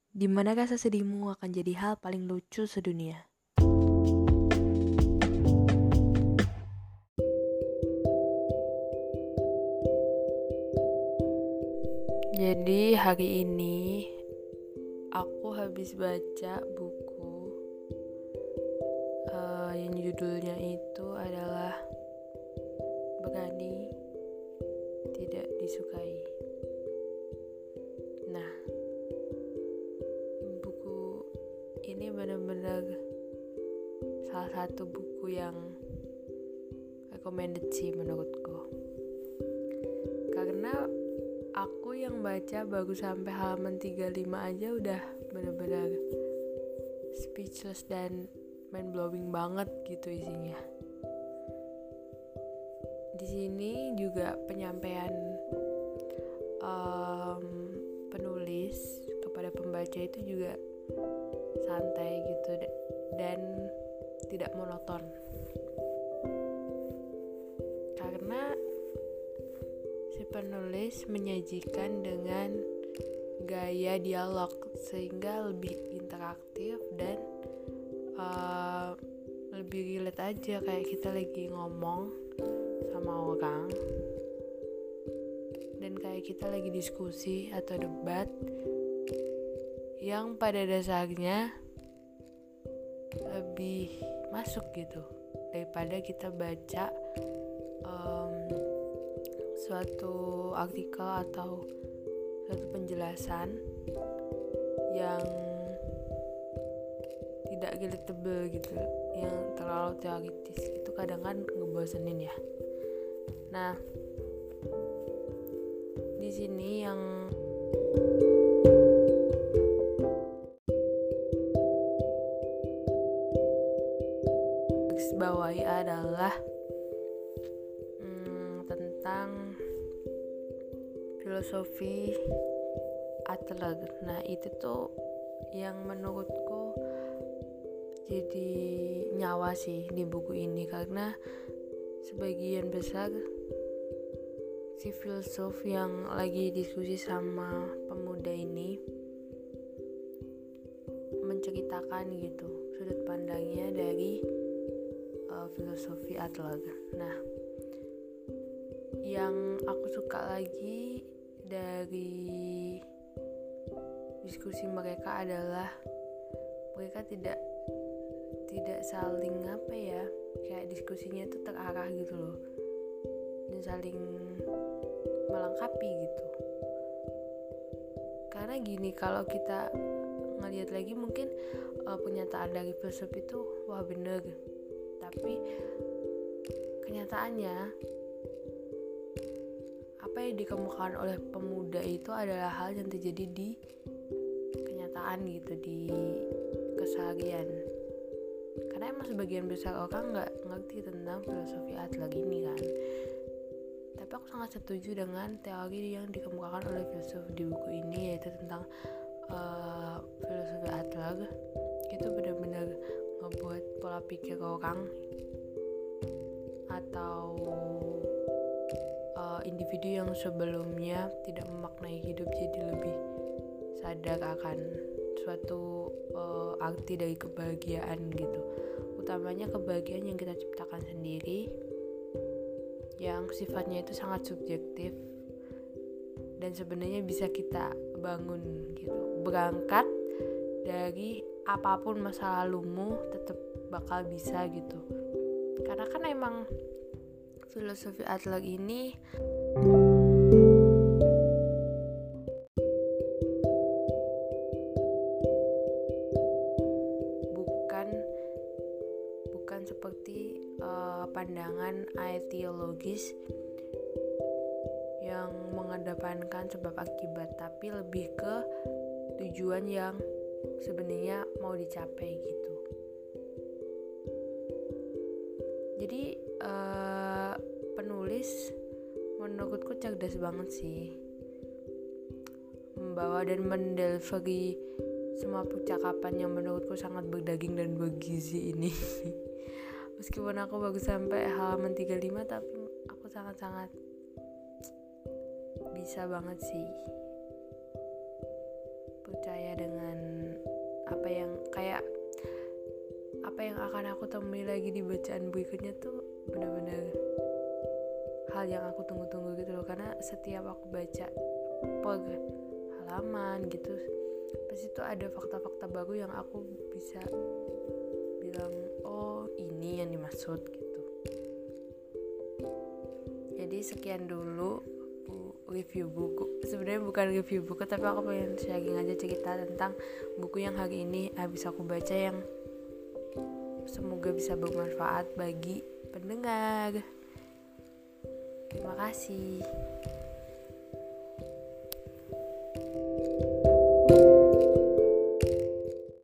Di mana rasa sedihmu akan jadi hal paling lucu sedunia. Jadi hari ini aku habis baca buku yang judulnya itu adalah Berani Tidak Disukai. Nah, buku ini benar-benar salah satu buku yang recommended sih menurutku. Karena aku yang baca baru sampai halaman 35 aja udah benar-benar speechless dan mind blowing banget gitu isinya. Di sini juga penyampaian penulis kepada pembaca itu juga santai gitu dan tidak monoton. Karena si penulis menyajikan dengan gaya dialog sehingga lebih interaktif dan lebih relate aja, kayak kita lagi ngomong sama orang dan kayak kita lagi diskusi atau debat yang pada dasarnya lebih masuk gitu daripada kita baca suatu artikel atau suatu penjelasan yang tidak relatable gitu, yang terlalu teoritis, itu kadang kan ngebosenin ya. Nah, di sini yang garis bawahi adalah tentang filosofi Adler. Nah, itu tuh yang menurutku jadi nyawa sih di buku ini, karena sebagian besar si filsuf yang lagi diskusi sama pemuda ini menceritakan gitu sudut pandangnya dari filosofi Adler. Nah, yang aku suka lagi dari diskusi mereka adalah mereka tidak saling kayak diskusinya itu terarah gitu loh, dan saling melengkapi gitu. Karena gini, kalau kita ngelihat lagi mungkin pernyataan dari filsuf itu wah bener, tapi kenyataannya apa yang dikemukakan oleh pemuda itu adalah hal yang terjadi di kenyataan gitu, di keseharian. Karena emang sebagian besar orang nggak ngerti tentang filosofi Adler ini kan. Tapi aku sangat setuju dengan teori yang dikemukakan oleh filsuf di buku ini, yaitu tentang filosofi Adler itu benar-benar ngebuat pola pikir orang atau individu yang sebelumnya tidak memaknai hidup jadi lebih sadar akan suatu arti dari kebahagiaan gitu, utamanya kebahagiaan yang kita ciptakan sendiri yang sifatnya itu sangat subjektif dan sebenarnya bisa kita bangun gitu. Berangkat dari apapun masa lalumu tetap bakal bisa gitu, karena kan emang filosofi Adler ini bukan seperti pandangan ateologis yang mengedepankan sebab akibat, tapi lebih ke tujuan yang sebenarnya mau dicapai gitu. Jadi penulis menurutku cerdas banget sih membawa dan mendelivery semua percakapan yang menurutku sangat berdaging dan bergizi ini. Meskipun aku baru sampai halaman 35, tapi aku sangat-sangat bisa banget sih percaya dengan apa yang akan aku temui lagi di bacaan berikutnya tuh benar-benar hal yang aku tunggu-tunggu gitu loh. Karena setiap aku baca per halaman gitu pasti tuh ada fakta-fakta baru yang aku bisa bilang oh ini yang dimaksud gitu. Jadi sekian dulu review buku. Sebenarnya bukan review buku, tapi aku pengen sharing aja cerita tentang buku yang hari ini habis aku baca, yang semoga bisa bermanfaat bagi pendengar. Terima kasih.